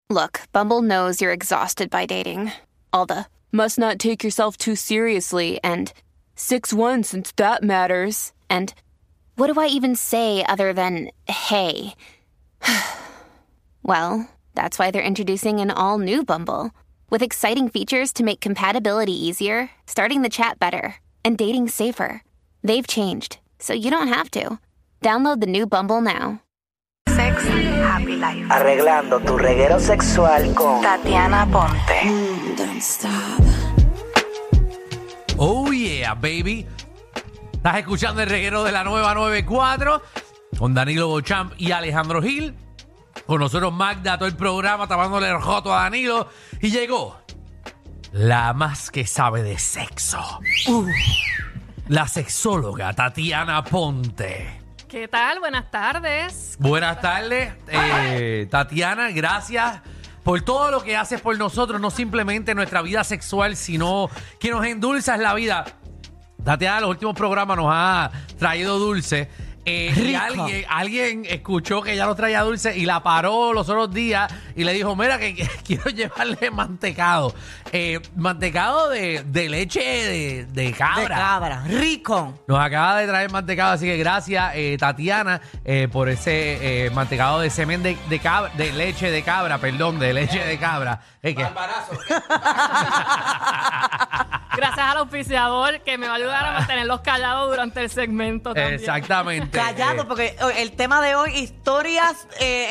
Look, Bumble knows you're exhausted by dating. All the must not take yourself too seriously and 6'1" since that matters. And what do I even say other than hey? Well, that's why they're introducing an all-new Bumble with exciting features to make compatibility easier, starting the chat better, and dating safer. They've changed, so you don't have to. Download the new Bumble now. Sex Happy Life. Arreglando tu reguero sexual con Tatiana Ponte. Don't stop. Oh yeah, baby. Estás escuchando el reguero de la nueva 94 con Danilo Beauchamp y Alejandro Gil. Con nosotros Magda, todo el programa tapándole el joto a Danilo. Y llegó la más que sabe de sexo. La sexóloga Tatiana Ponte. ¿Qué tal? Buenas tardes. Buenas tardes, Tatiana. Gracias por todo lo que haces por nosotros. No simplemente nuestra vida sexual, sino que nos endulzas la vida. Tatiana, los últimos programas nos ha traído dulce. Y alguien escuchó que ella lo traía dulce y la paró los otros días y le dijo, mira que quiero llevarle mantecado. Mantecado de leche de cabra. de cabra. Rico. Nos acaba de traer mantecado, así que gracias, Tatiana, por ese mantecado de semen de cabra, de leche de cabra, perdón, de leche de cabra. Gracias al auspiciador que me va a ayudar a mantenerlos callados durante el segmento también. Exactamente. Callado, porque el tema de hoy, historias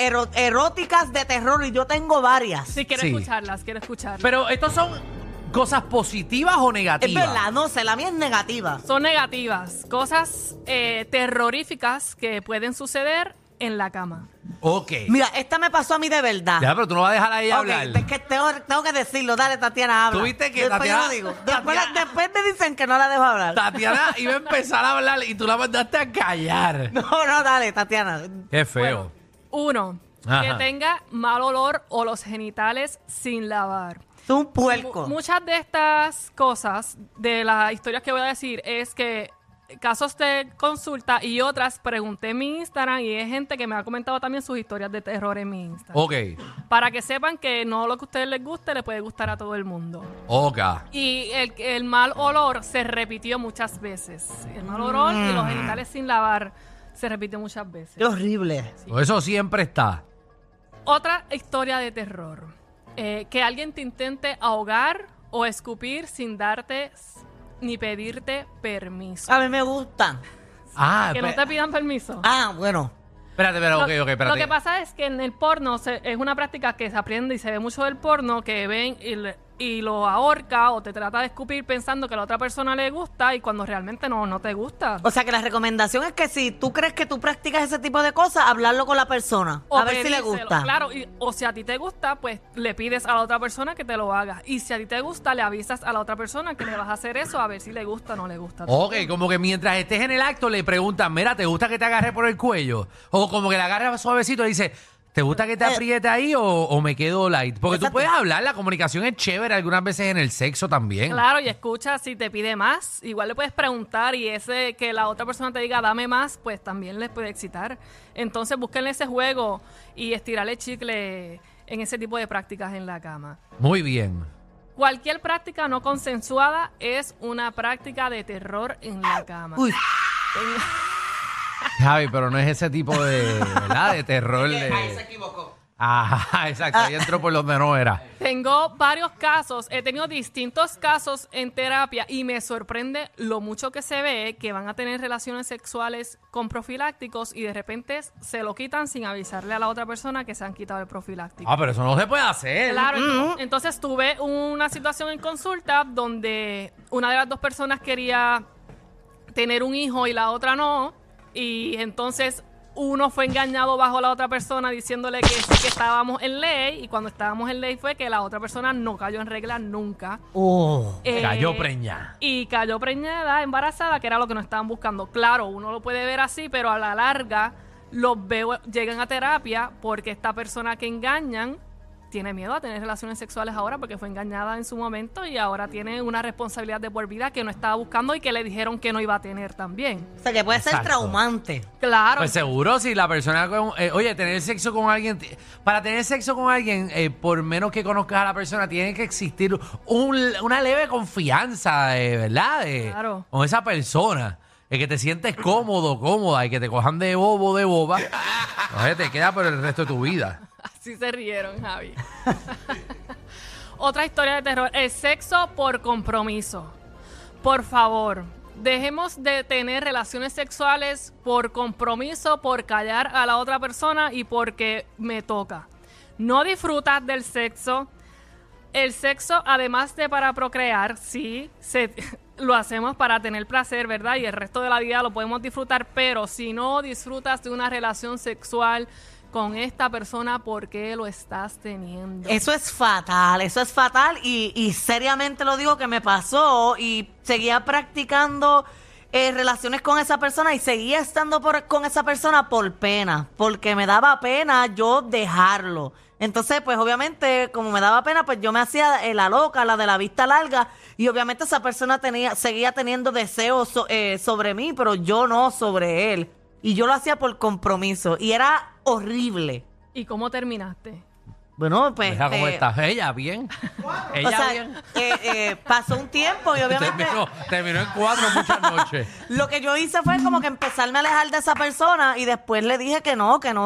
eróticas de terror, y yo tengo varias. Sí, quiero escucharlas. Pero estos son cosas positivas o Es negativas. verdad, no sé, la mía es negativa. Son negativas, cosas terroríficas que pueden suceder en la cama. Ok. Mira, esta me pasó a mí de verdad. Ya, pero tú no vas a dejar ahí Ok, hablar. es que tengo que decirlo. Dale, Tatiana, habla. ¿Tú viste que después Tatiana- yo lo digo. Tatiana- Después me dicen que no la dejo hablar. Tatiana iba a empezar a hablar y tú la mandaste a callar. No, dale, Tatiana. Qué feo. Uno, Ajá. que tenga mal olor o los genitales sin lavar. Es un puerco. Muchas de estas cosas, de las historias que voy a decir, es que casos de consulta y otras pregunté en mi Instagram y hay gente que me ha comentado también sus historias de terror en mi Instagram. Ok. Para que sepan que no lo que a ustedes les guste le puede gustar a todo el mundo. Ok. Y el mal olor se repitió muchas veces. El mal olor y los genitales sin lavar se repitió muchas veces. Qué horrible. Eso siempre está. Otra historia de terror. Que alguien te intente ahogar o escupir sin darte ni pedirte permiso. A mí me gustan. Ah, Que no te pidan permiso. Bueno. espérate, pero ok, espérate. Lo que pasa es que en el porno es una práctica que se aprende y se ve mucho del porno, que ven y lo ahorca o te trata de escupir pensando que a la otra persona le gusta y cuando realmente no te gusta. O sea que la recomendación es que si tú crees que tú practicas ese tipo de cosas, hablarlo con la persona. O A ver si le pedírselo. gusta. Claro, o si a ti te gusta, pues le pides a la otra persona que te lo haga. Y si a ti te gusta, le avisas a la otra persona que le vas a hacer eso a ver si le gusta o no le gusta. Ok, como que mientras estés en el acto le preguntan, mira, ¿te gusta que te agarre por el cuello? O como que le agarre suavecito y dice, ¿te gusta que te apriete ahí o me quedo light? Porque tú Exacto. puedes hablar, la comunicación es chévere algunas veces en el sexo también. Claro, y escucha si te pide más. Igual le puedes preguntar y ese que la otra persona te diga dame más, pues también les puede excitar. Entonces búsquenle ese juego y estirarle chicle en ese tipo de prácticas en la cama. Muy bien. Cualquier práctica no consensuada es una práctica de terror en la cama. Uy. Javi, pero no es ese tipo de, ¿verdad? De terror. Ahí se equivocó. Ajá, exacto. Ahí entró por donde no era. Tengo varios casos, he tenido distintos casos en terapia y me sorprende lo mucho que se ve que van a tener relaciones sexuales con profilácticos y de repente se lo quitan sin avisarle a la otra persona que se han quitado el profiláctico. Ah, pero eso no se puede hacer. Claro, entonces tuve una situación en consulta donde una de las dos personas quería tener un hijo y la otra no, y entonces uno fue engañado bajo la otra persona diciéndole que sí que estábamos en ley, y cuando estábamos en ley fue que la otra persona no cayó en regla nunca. Cayó preñada. Y cayó preñada, embarazada, que era lo que nos estaban buscando. Claro, uno lo puede ver así, pero a la larga los veo, llegan a terapia porque esta persona que engañan tiene miedo a tener relaciones sexuales ahora porque fue engañada en su momento y ahora tiene una responsabilidad de por vida que no estaba buscando y que le dijeron que no iba a tener también. O sea, que puede ser Exacto. traumante. Claro. Pues seguro, si la persona, oye, tener sexo con alguien, para tener sexo con alguien, por menos que conozcas a la persona, tiene que existir una leve confianza, ¿verdad? Claro. Con esa persona. Que te sientes cómodo, cómoda y que te cojan de bobo, de boba. Oye, te queda por el resto de tu vida. Así se rieron, Javi. Otra historia de terror. El sexo por compromiso. Por favor, dejemos de tener relaciones sexuales por compromiso, por callar a la otra persona y porque me toca. No disfrutas del sexo. El sexo, además de para procrear, sí, lo hacemos para tener placer, ¿verdad? Y el resto de la vida lo podemos disfrutar, pero si no disfrutas de una relación sexual con esta persona, ¿por qué lo estás teniendo? Eso es fatal y seriamente lo digo que me pasó y seguía practicando relaciones con esa persona y seguía estando con esa persona por pena, porque me daba pena yo dejarlo. Entonces, pues obviamente, como me daba pena, pues yo me hacía la loca, la de la vista larga, y obviamente esa persona seguía teniendo deseos sobre mí, pero yo no sobre él. Y yo lo hacía por compromiso, y era horrible. ¿Y cómo terminaste? Bueno, pues... Mira cómo está ella, bien. Ella o sea, bien. pasó un tiempo y obviamente... Terminó en 4 muchas noches. Lo que yo hice fue como que empezarme a alejar de esa persona y después le dije que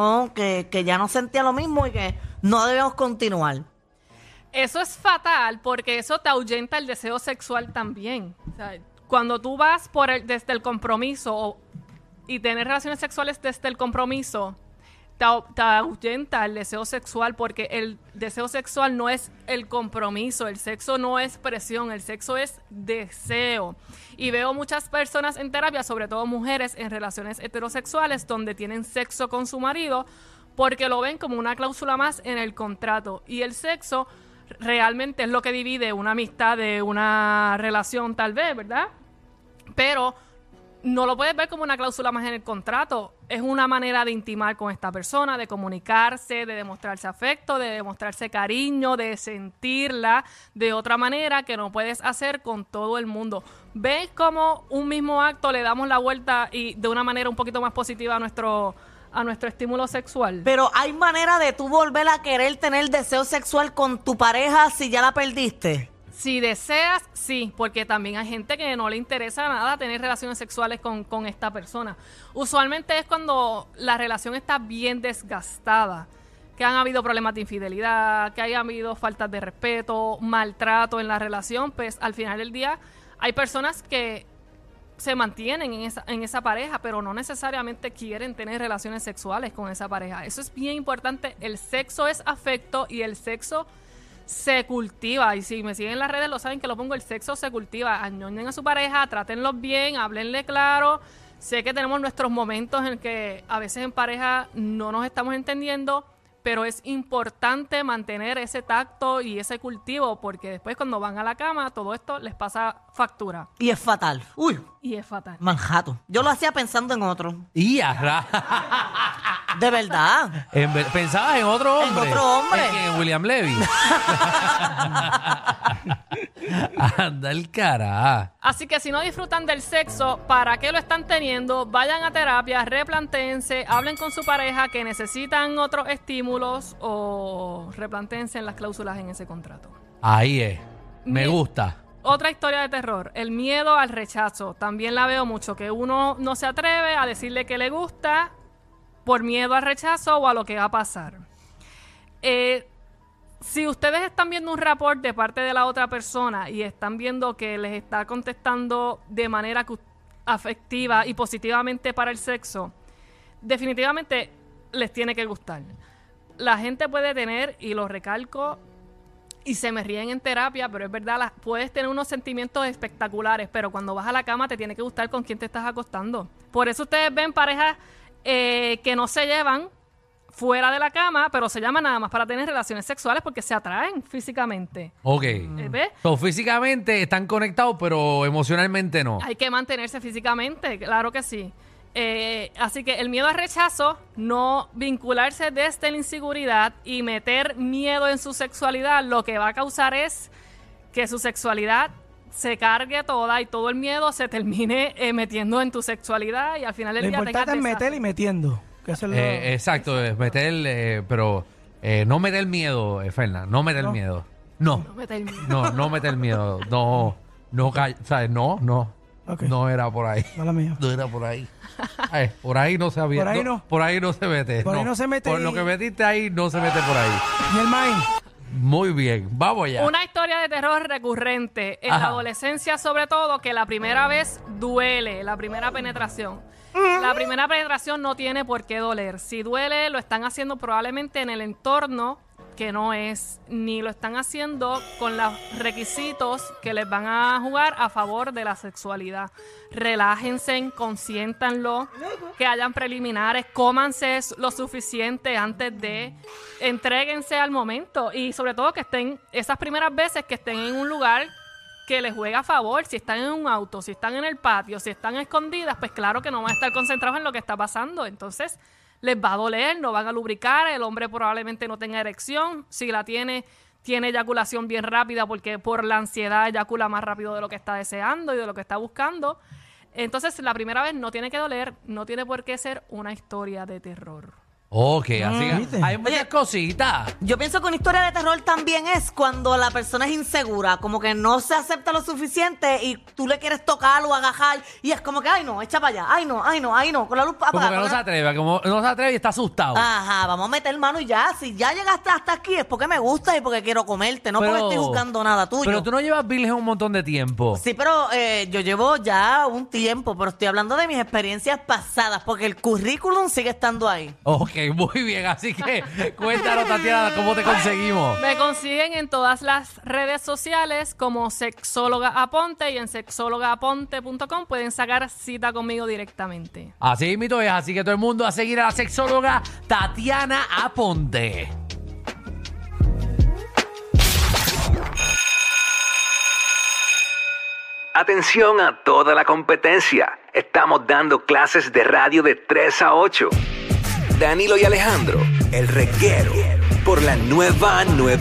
ya no sentía lo mismo y que no debemos continuar. Eso es fatal porque eso te ahuyenta el deseo sexual también. O sea, cuando tú vas desde el compromiso y tener relaciones sexuales desde el compromiso, te ahuyenta el deseo sexual porque el deseo sexual no es el compromiso, el sexo no es presión, el sexo es deseo. Y veo muchas personas en terapia, sobre todo mujeres en relaciones heterosexuales, donde tienen sexo con su marido porque lo ven como una cláusula más en el contrato. Y el sexo realmente es lo que divide una amistad de una relación tal vez, ¿verdad? Pero no lo puedes ver como una cláusula más en el contrato. Es una manera de intimar con esta persona, de comunicarse, de demostrarse afecto, de demostrarse cariño, de sentirla de otra manera que no puedes hacer con todo el mundo. ¿Ves cómo un mismo acto le damos la vuelta y de una manera un poquito más positiva a nuestro estímulo sexual? Pero hay manera de tú volver a querer tener deseo sexual con tu pareja si ya la perdiste. Si deseas, sí, porque también hay gente que no le interesa nada tener relaciones sexuales con esta persona. Usualmente es cuando la relación está bien desgastada, que han habido problemas de infidelidad, que hayan habido faltas de respeto, maltrato en la relación, pues al final del día hay personas que se mantienen en esa pareja, pero no necesariamente quieren tener relaciones sexuales con esa pareja. Eso es bien importante. El sexo es afecto y el sexo se cultiva. Y si me siguen en las redes lo saben que lo pongo, el sexo se cultiva. Añoñen a su pareja, trátenlos bien, háblenle claro. Sé que tenemos nuestros momentos en que a veces en pareja no nos estamos entendiendo, pero es importante mantener ese tacto y ese cultivo, porque después cuando van a la cama todo esto les pasa factura. Y es fatal. Uy, Y es fatal. manjato. Yo lo hacía pensando en otro. Y De verdad. ¿Pensabas en otro hombre? En otro hombre. ¿En William Levy? Anda el cara. Así que si no disfrutan del sexo, ¿para qué lo están teniendo? Vayan a terapia, replantéense, hablen con su pareja que necesitan otros estímulos o replantéense las cláusulas en ese contrato. Ahí es. Me gusta. Otra historia de terror, el miedo al rechazo. También la veo mucho, que uno no se atreve a decirle que le gusta por miedo al rechazo o a lo que va a pasar. Si ustedes están viendo un report de parte de la otra persona y están viendo que les está contestando de manera afectiva y positivamente para el sexo, definitivamente les tiene que gustar. La gente puede tener, y lo recalco, y se me ríen en terapia, pero es verdad, puedes tener unos sentimientos espectaculares, pero cuando vas a la cama te tiene que gustar con quién te estás acostando. Por eso ustedes ven parejas que no se llevan fuera de la cama, pero se llaman nada más para tener relaciones sexuales porque se atraen físicamente. Ok. ¿Ves? So, físicamente están conectados, pero emocionalmente no. Hay que mantenerse físicamente, claro que sí. Así que el miedo al rechazo, no vincularse desde la inseguridad y meter miedo en su sexualidad, lo que va a causar es que su sexualidad se cargue toda y todo el miedo se termine metiendo en tu sexualidad y al final del Lo día importante es meter y metiendo. Que eso es lo... Exacto, es meter, pero no meter miedo, Fernan, no meter miedo. No, No meter miedo. no meter miedo. ¿Sabes? No. Ok. No era por ahí. Mala mía. No era por ahí. Ay, por ahí no se había. Por ahí no. Por ahí no se mete. Por ahí no se mete Por y- lo que metiste ahí no se mete por ahí. Y el maíz. Muy bien, vamos allá. Una historia de terror recurrente en la Ajá. adolescencia, sobre todo, que la primera vez duele, la primera penetración. La primera penetración no tiene por qué doler. Si duele, lo están haciendo probablemente en el entorno que no es, ni lo están haciendo con los requisitos que les van a jugar a favor de la sexualidad. Relájense, consiéntanlo, que hayan preliminares, cómanse lo suficiente antes de, entréguense al momento y sobre todo que estén, esas primeras veces que estén en un lugar que les juega a favor, si están en un auto, si están en el patio, si están escondidas, pues claro que no van a estar concentrados en lo que está pasando, entonces les va a doler, no van a lubricar, el hombre probablemente no tenga erección, si la tiene eyaculación bien rápida porque por la ansiedad eyacula más rápido de lo que está deseando y de lo que está buscando. Entonces la primera vez no tiene que doler, no tiene por qué ser una historia de terror. Ok, así que ¿viste? hay muchas cositas. Yo pienso que una historia de terror también es cuando la persona es insegura, como que no se acepta lo suficiente y tú le quieres tocar o agajar y es como que, ay no, echa para allá, ay no, con la luz Como apagada. que no se atreve, como no se atreve y está asustado. Ajá, vamos a meter mano y ya, si ya llegaste hasta aquí es porque me gusta y porque quiero comerte, no porque estoy buscando nada tuyo. Pero tú no llevas virgen un montón de tiempo. Sí, pero yo llevo ya un tiempo, pero estoy hablando de mis experiencias pasadas, porque el currículum sigue estando ahí. Ok, muy bien. Así que cuéntanos, Tatiana, cómo te conseguimos. Me consiguen en todas las redes sociales como Sexóloga Aponte y en sexólogaaponte.com pueden sacar cita conmigo directamente. Así mismo es, así que todo el mundo a seguir a la sexóloga Tatiana Aponte. Atención a toda la competencia. Estamos dando clases de radio de 3 a 8. Danilo y Alejandro, el reguero, por la nueva